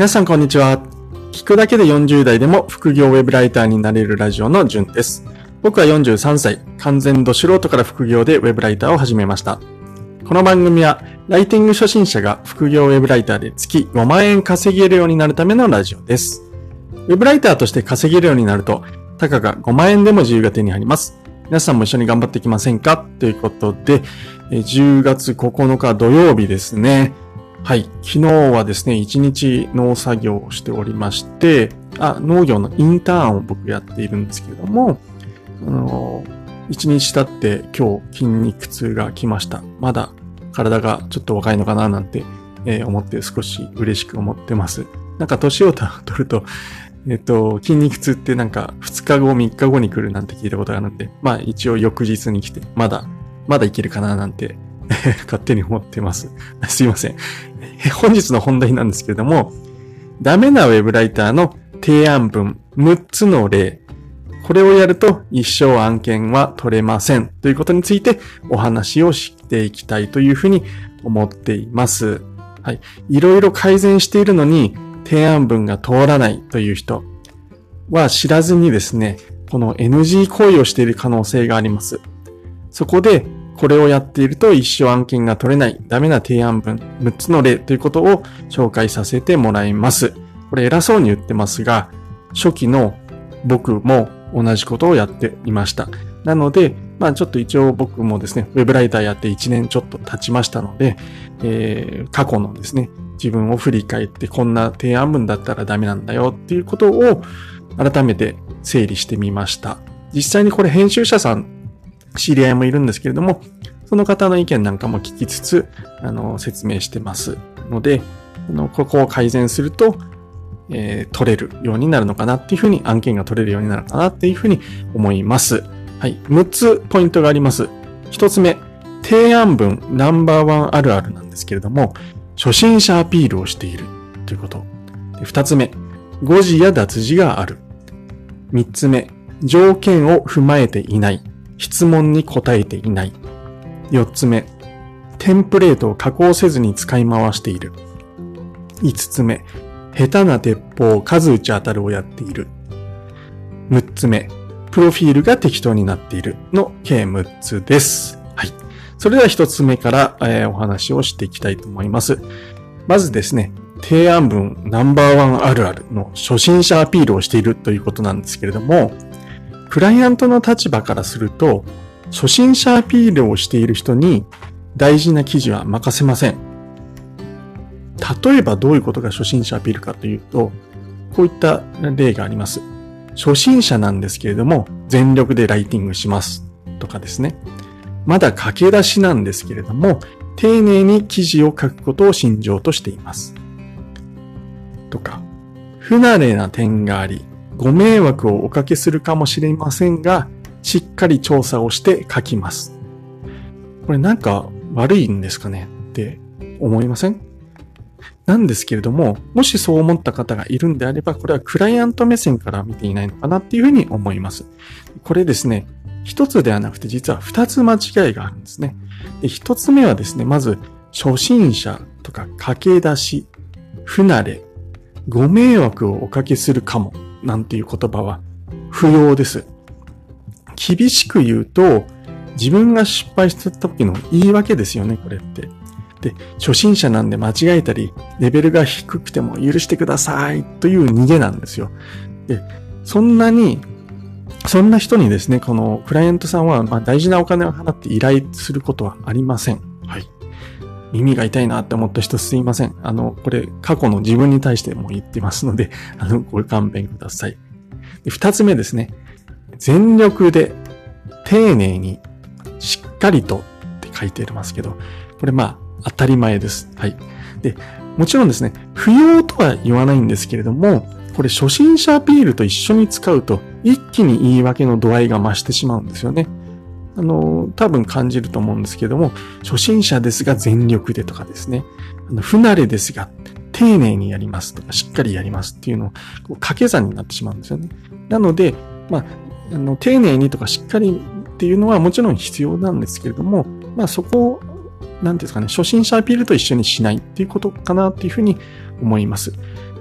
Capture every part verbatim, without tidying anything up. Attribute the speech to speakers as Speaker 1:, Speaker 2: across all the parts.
Speaker 1: 皆さんこんにちは。聞くだけでよんじゅう代でも副業ウェブライターになれるラジオのじゅんです。僕はよんじゅうさんさい、完全度素人から副業でウェブライターを始めました。この番組はライティング初心者が副業ウェブライターで月ごまん円稼げるようになるためのラジオです。ウェブライターとして稼げるようになると、たかがごまん円でも自由が手に入ります。皆さんも一緒に頑張っていきませんかということで、じゅうがつここのか土曜日ですね。はい。昨日はですね、一日農作業をしておりまして、あ、農業のインターンを僕やっているんですけれども、あの、一日経って今日筋肉痛が来ました。まだ体がちょっと若いのかななんて、えー、思って少し嬉しく思ってます。なんか年を取ると、えっと、筋肉痛ってなんかふつかご、みっかごに来るなんて聞いたことがあるので、まあ一応翌日に来て、まだ、まだいけるかななんて勝手に思ってます。すいません。本日の本題なんですけれども、ダメなウェブライターの提案文むっつの例。これをやると一生案件は取れませんということについてお話をしていきたいというふうに思っています。はい。いろいろ改善しているのに提案文が通らないという人は知らずにですね、この エヌジー 行為をしている可能性があります。そこでこれをやっていると一生案件が取れないダメな提案文むっつの例ということを紹介させてもらいます。これ偉そうに言ってますが、初期の僕も同じことをやっていました。なので、まあちょっと一応僕もですね、ウェブライターやっていちねんちょっと経ちましたので、えー、過去のですね、自分を振り返ってこんな提案文だったらダメなんだよっていうことを改めて整理してみました。実際にこれ編集者さん、知り合いもいるんですけれども、その方の意見なんかも聞きつつ、あの、説明してますので、あの、ここを改善すると、えー、取れるようになるのかなっていうふうに、案件が取れるようになるかなっていうふうに思います。はい。むっつポイントがあります。ひとつめ、提案文ナンバーワンあるあるなんですけれども、初心者アピールをしているということ。ふたつめ、誤字や脱字がある。みっつめ、条件を踏まえていない。質問に答えていない。よっつめ、テンプレートを加工せずに使い回している。いつつめ、下手な鉄砲を数打ち当たるをやっている。むっつめ、プロフィールが適当になっているの計むっつです。はい。それではひとつめから、えー、お話をしていきたいと思います。まずですね、提案文ナンバーワンあるあるの初心者アピールをしているということなんですけれども、クライアントの立場からすると、初心者アピールをしている人に大事な記事は任せません。例えばどういうことが初心者アピールかというと、こういった例があります。初心者なんですけれども、全力でライティングしますとかですね。まだ駆け出しなんですけれども、丁寧に記事を書くことを信条としています。とか、不慣れな点があり、ご迷惑をおかけするかもしれませんが、しっかり調査をして書きます。これなんか悪いんですかねって思いません？なんですけれども、もしそう思った方がいるんであれば、これはクライアント目線から見ていないのかなっていうふうに思います。これですね、一つではなくて実は二つ間違いがあるんですね。で、一つ目はですね、まず初心者とか駆け出し、不慣れ、ご迷惑をおかけするかもなんていう言葉は不要です。厳しく言うと、自分が失敗した時の言い訳ですよね、これって。で、初心者なんで間違えたり、レベルが低くても許してくださいという逃げなんですよ。で、そんなに、そんな人にですね、このクライアントさんは、まあ、大事なお金を払って依頼することはありません。はい。耳が痛いなって思った人すいません。あの、これ過去の自分に対しても言ってますので、あの、ご勘弁ください。で、二つ目ですね。全力で、丁寧に、しっかりとって書いてありますけど、これまあ、当たり前です。はい。で、もちろんですね、不要とは言わないんですけれども、これ初心者アピールと一緒に使うと、一気に言い訳の度合いが増してしまうんですよね。あの、多分感じると思うんですけども、初心者ですが全力でとかですね、あの不慣れですが丁寧にやりますとか、しっかりやりますっていうのを、こう掛け算になってしまうんですよね。なので、まあ、あの、丁寧にとかしっかりっていうのはもちろん必要なんですけれども、まあそこを、なんていうんですかね、初心者アピールと一緒にしないっていうことかなっていうふうに思います。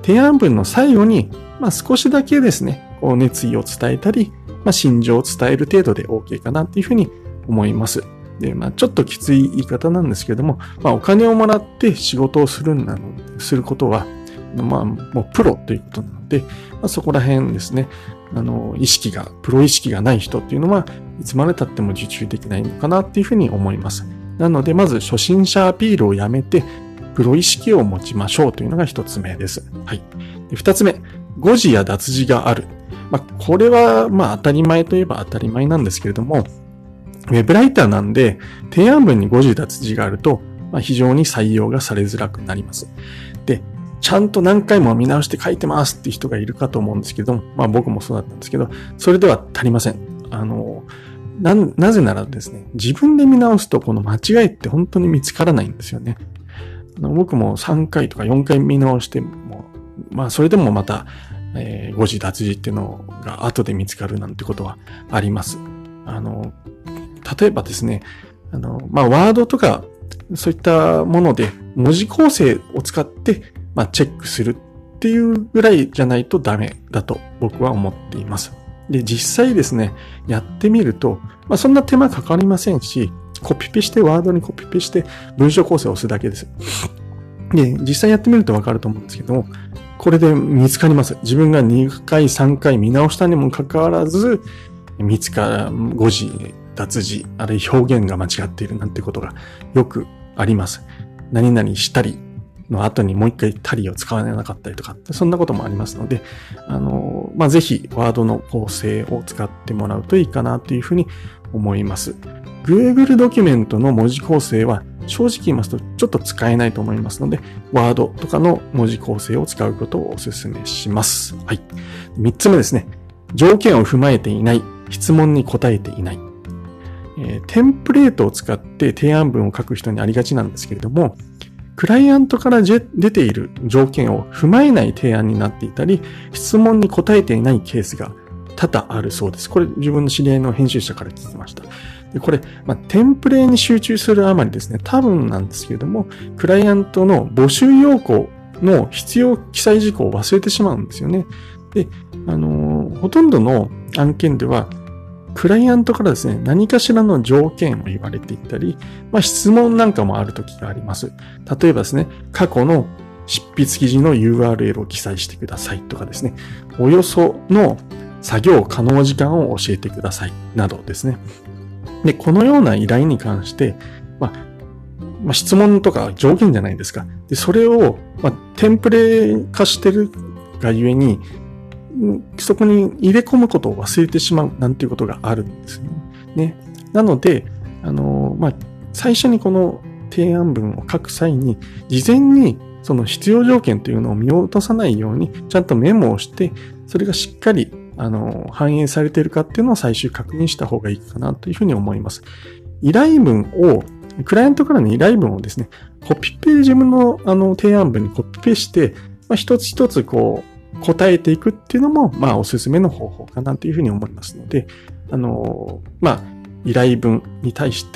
Speaker 1: 提案文の最後に、まあ、少しだけですね、こう熱意を伝えたり、まあ、心情を伝える程度で OK かなっていうふうに思います。で、まあ、ちょっときつい言い方なんですけども、まあ、お金をもらって仕事をするなの、することは、まあ、もうプロということなので、まあ、そこら辺ですね、あの、意識が、プロ意識がない人っていうのは、いつまで経っても受注できないのかなっていうふうに思います。なので、まず初心者アピールをやめて、プロ意識を持ちましょうというのが一つ目です。はい。で二つ目、誤字や脱字がある。まあ、これは、まあ、当たり前といえば当たり前なんですけれども、ウェブライターなんで、提案文に誤字脱字があると、まあ、非常に採用がされづらくなります。で、ちゃんと何回も見直して書いてますっていう人がいるかと思うんですけども、まあ僕もそうだったんですけど、それでは足りません。あの、な、なぜならですね、自分で見直すとこの間違いって本当に見つからないんですよね。あの僕もさんかいとかよんかい見直しても、まあそれでもまた、えー、誤字脱字っていうのが後で見つかるなんてことはあります。あの、例えばですね、あの、まあワードとかそういったもので文字構成を使ってまあ、チェックするっていうぐらいじゃないとダメだと僕は思っています。で、実際ですね、やってみると、まあ、そんな手間かかりませんし、コピペして、ワードにコピペして文章構成を押すだけです。で、実際やってみるとわかると思うんですけども、これで見つかります。自分がにかい、さんかい見直したにもかかわらず、見つか、誤字、脱字、あるいは表現が間違っているなんてことがよくあります。何々したり、の後にもう一回タリを使わなかったりとか、そんなこともありますので、あの、まあ、ぜひワードの構成を使ってもらうといいかなというふうに思います。Google ドキュメントの文字構成は正直言いますとちょっと使えないと思いますので、ワードとかの文字構成を使うことをお勧めします。はい。三つ目ですね。条件を踏まえていない。質問に答えていない。えー、テンプレートを使って提案文を書く人にありがちなんですけれども、クライアントから出ている条件を踏まえない提案になっていたり、質問に答えていないケースが多々あるそうです。これ自分の知り合いの編集者から聞きました。でこれ、まあ、テンプレに集中するあまりですね、多分なんですけれども、クライアントの募集要項の必要記載事項を忘れてしまうんですよね。で、あのー、ほとんどの案件では、クライアントからですね、何かしらの条件を言われていったり、まあ質問なんかもある時があります。例えばですね、過去の執筆記事の ユーアールエル を記載してくださいとかですね、およその作業可能時間を教えてくださいなどですね。で、このような依頼に関して、まあ、まあ、質問とか条件じゃないですか。で、それを、まあ、テンプレ化してるがゆえに、そこに入れ込むことを忘れてしまうなんていうことがあるんですよね。なので、あの、まあ、最初にこの提案文を書く際に、事前にその必要条件というのを見落とさないように、ちゃんとメモをして、それがしっかり、あの、反映されているかっていうのを最終確認した方がいいかなというふうに思います。依頼文を、クライアントからの依頼文をですね、コピペ、自分のあの提案文にコピペして、まあ、一つ一つこう、答えていくっていうのも、まあ、おすすめの方法かなというふうに思いますので、あの、まあ、依頼文に対して、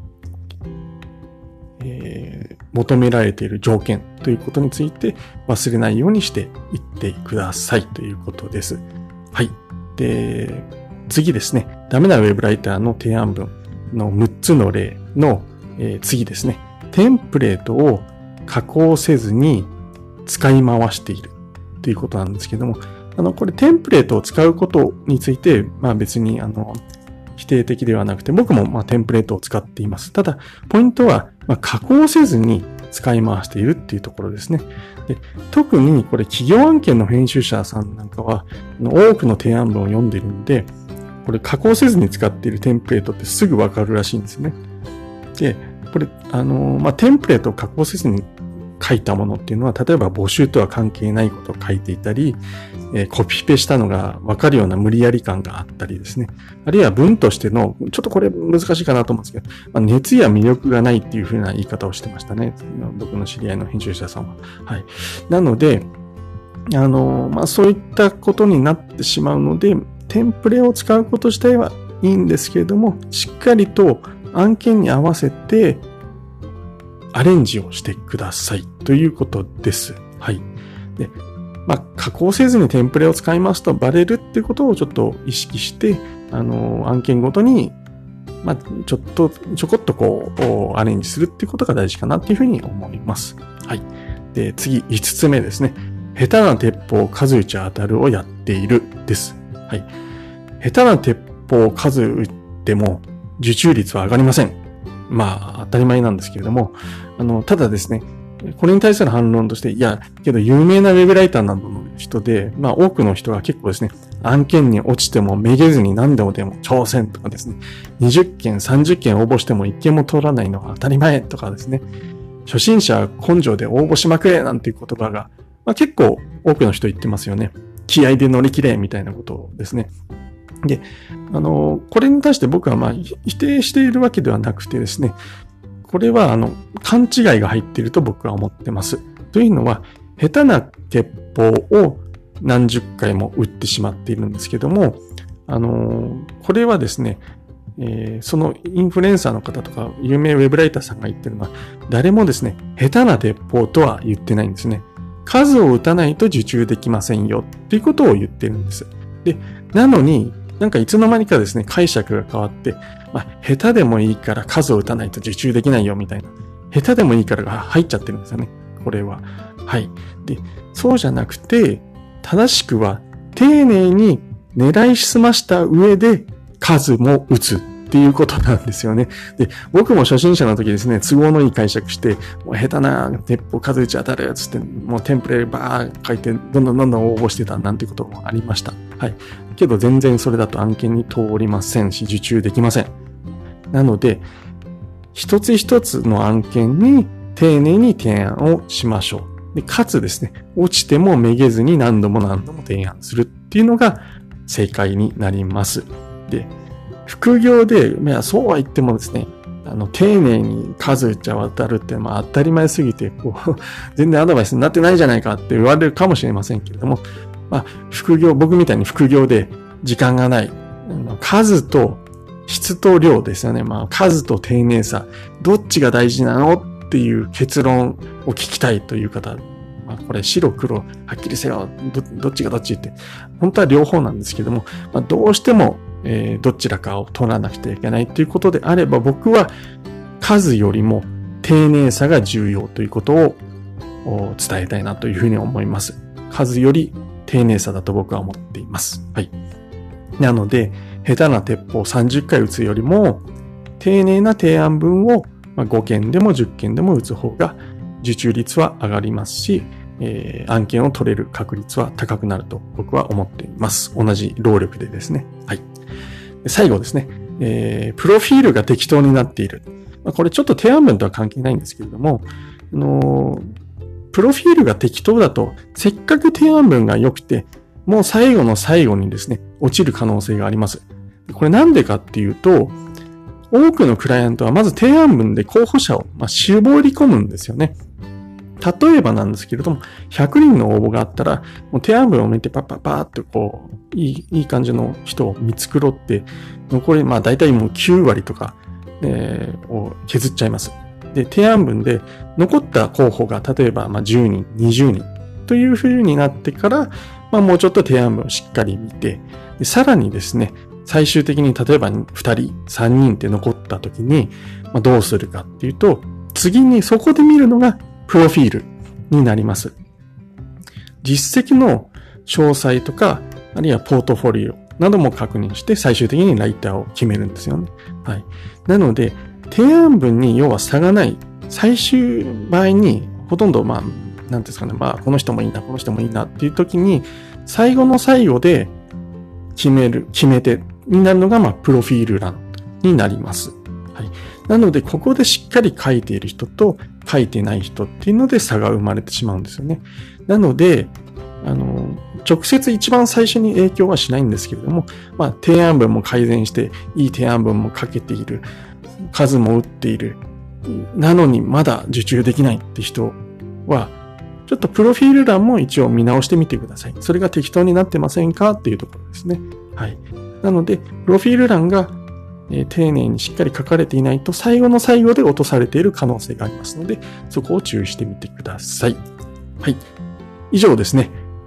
Speaker 1: えー、求められている条件ということについて忘れないようにしていってくださいということです。はい。で、次ですね、ダメなウェブライターの提案文のむっつの例の、えー、次ですね、テンプレートを加工せずに使い回している。ということなんですけども、あの、これテンプレートを使うことについて、まあ別に、あの、否定的ではなくて、僕もまあテンプレートを使っています。ただ、ポイントは、まあ、加工せずに使い回しているっていうところですね。で、特にこれ企業案件の編集者さんなんかは、多くの提案文を読んでいるので、これ加工せずに使っているテンプレートってすぐわかるらしいんですね。で、これ、あの、まあ、テンプレートを加工せずに書いたものっていうのは、例えば募集とは関係ないことを書いていたり、えー、コピペしたのが分かるような無理やり感があったりですね。あるいは文としての、ちょっとこれ難しいかなと思うんですけど、まあ、熱や魅力がないっていう風な言い方をしてましたね。僕の知り合いの編集者さんは。はい。なので、あの、まあ、そういったことになってしまうので、テンプレを使うこと自体はいいんですけれども、しっかりと案件に合わせて、アレンジをしてくださいということです。はい。で、 まあ、加工せずにテンプレを使いますとバレるっていうことをちょっと意識して、あの、案件ごとに、まあ、ちょっと、ちょこっとこう、アレンジするっていうことが大事かなっていうふうに思います。はい。で、次、いつつめですね。下手な鉄砲数打ち当たるをやっているです。はい。下手な鉄砲数打っても受注率は上がりません。まあ、当たり前なんですけれども、あの、ただですね、これに対する反論として、いや、けど有名なウェブライターなどの人で、まあ多くの人が結構ですね、案件に落ちてもめげずに何でもでも挑戦とかですね、にじゅっけん、さんじゅっけん応募してもいっけんも通らないのは当たり前とかですね、初心者根性で応募しまくれなんていう言葉が、まあ結構多くの人言ってますよね。気合で乗り切れみたいなことですね。で、あの、これに対して僕はまあ否定しているわけではなくてですね、これはあの勘違いが入っていると僕は思ってます。というのは、下手な鉄砲を何十回も撃ってしまっているんですけども、あのこれはですね、えー、そのインフルエンサーの方とか有名ウェブライターさんが言ってるのは、誰もですね、下手な鉄砲とは言ってないんですね。数を撃たないと受注できませんよっていうことを言ってるんです。で、なのになんかいつの間にかですね、解釈が変わって、まあ、下手でもいいから数を打たないと受注できないよみたいな。下手でもいいからが入っちゃってるんですよね。これは。はい。で、そうじゃなくて、正しくは丁寧に狙いすました上で数も打つっていうことなんですよね。で、僕も初心者の時ですね、都合のいい解釈して、もう下手な鉄砲数打ち当たるやつって、もうテンプレバー書いて、どんどんどんどん応募してたなんてこともありました。はい。けど全然それだと案件に通りませんし、受注できません。なので、一つ一つの案件に丁寧に提案をしましょう。で、かつですね、落ちてもめげずに何度も何度も提案するっていうのが正解になります。で、副業で、いや、そうは言ってもですね、あの、丁寧に数打ちゃ渡るって、まあ当たり前すぎて、こう、全然アドバイスになってないじゃないかって言われるかもしれませんけれども、まあ、副業、僕みたいに副業で時間がない、数と質と量ですよね。まあ、数と丁寧さ、どっちが大事なのっていう結論を聞きたいという方、まあ、これ白黒はっきりせよ、ど、どっちがどっちって、本当は両方なんですけども、まあ、どうしても、えー、どちらかを取らなくてはいけないということであれば、僕は数よりも丁寧さが重要ということを伝えたいなというふうに思います。数より丁寧さだと僕は思っています。はい。なので、下手な鉄砲をさんじゅっかい撃つよりも、丁寧な提案文をごけんでもじゅっけんでも撃つ方が受注率は上がりますし、えー、案件を取れる確率は高くなると僕は思っています。同じ労力でですね。はい。最後ですね、えー、プロフィールが適当になっている。まあ、これちょっと提案文とは関係ないんですけれども、あのー、プロフィールが適当だと、せっかく提案文が良くて、もう最後の最後にですね、落ちる可能性があります。これなんでかっていうと、多くのクライアントはまず提案文で候補者を、まあ、絞り込むんですよね。例えばなんですけれども、ひゃくにんの応募があったら、もう提案文を見てパッパッパーってこう、いい、いい感じの人を見繕って、残り、まあ大体もうきゅうわりとか、えー、を削っちゃいます。で、提案文で残った候補が例えばまあじゅうにん、にじゅうにんという風になってから、まあもうちょっと提案文をしっかり見て、でさらにですね、最終的に例えばふたり、さんにんって残った時に、まあ、どうするかっていうと、次にそこで見るのがプロフィールになります。実績の詳細とか、あるいはポートフォリオなども確認して最終的にライターを決めるんですよね。はい。なので、提案文に要は差がない、最終場合にほとんどまあ、なんですかね、まあ、この人もいいな、この人もいいなっていう時に、最後の最後で決める、決め手になるのがまあ、プロフィール欄になります。はい。なので、ここでしっかり書いている人と書いてない人っていうので差が生まれてしまうんですよね。なので、あの、直接一番最初に影響はしないんですけれども、まあ、提案文も改善して、いい提案文も書けている、数も打っている、なのにまだ受注できないって人は、ちょっとプロフィール欄も一応見直してみてください。それが適当になってませんかっていうところですね。はい。なので、プロフィール欄がえー、丁寧にしっかり書かれていないと最後の最後で落とされている可能性がありますので、そこを注意してみてください。はい。以上ですね。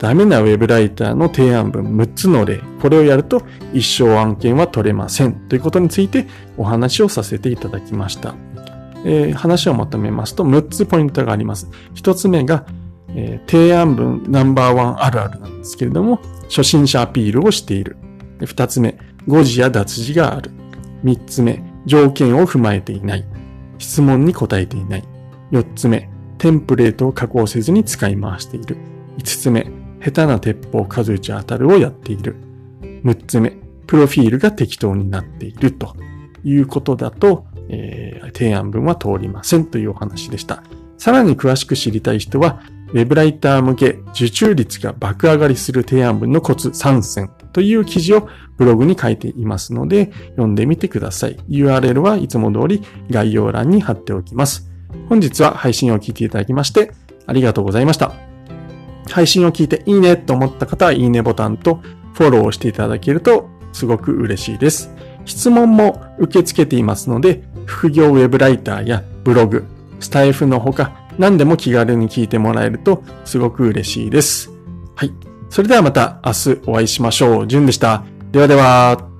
Speaker 1: ダメなウェブライターの提案文むっつの例、これをやると一生案件は取れませんということについてお話をさせていただきました。えー、話をまとめますとむっつポイントがあります。ひとつめが、えー、提案文ナンバーワンあるあるなんですけれども、初心者アピールをしている。ふたつめ、誤字や脱字がある。みっつめ、条件を踏まえていない。質問に答えていない。よっつめ、テンプレートを加工せずに使い回している。いつつめ、下手な鉄砲数打ち当たるをやっている。むっつめ、プロフィールが適当になっているということだと、えー、提案文は通りませんというお話でした。さらに詳しく知りたい人は、ウェブライター向け受注率が爆上がりする提案文のコツさんせんという記事をブログに書いていますので、読んでみてください。ユーアールエル はいつも通り概要欄に貼っておきます。本日は配信を聞いていただきましてありがとうございました。配信を聞いていいねと思った方は、いいねボタンとフォローをしていただけるとすごく嬉しいです。質問も受け付けていますので、副業ウェブライターやブログ、スタイフのほか何でも気軽に聞いてもらえるとすごく嬉しいです。はい。それではまた明日お会いしましょう。じゅんでした。ではでは。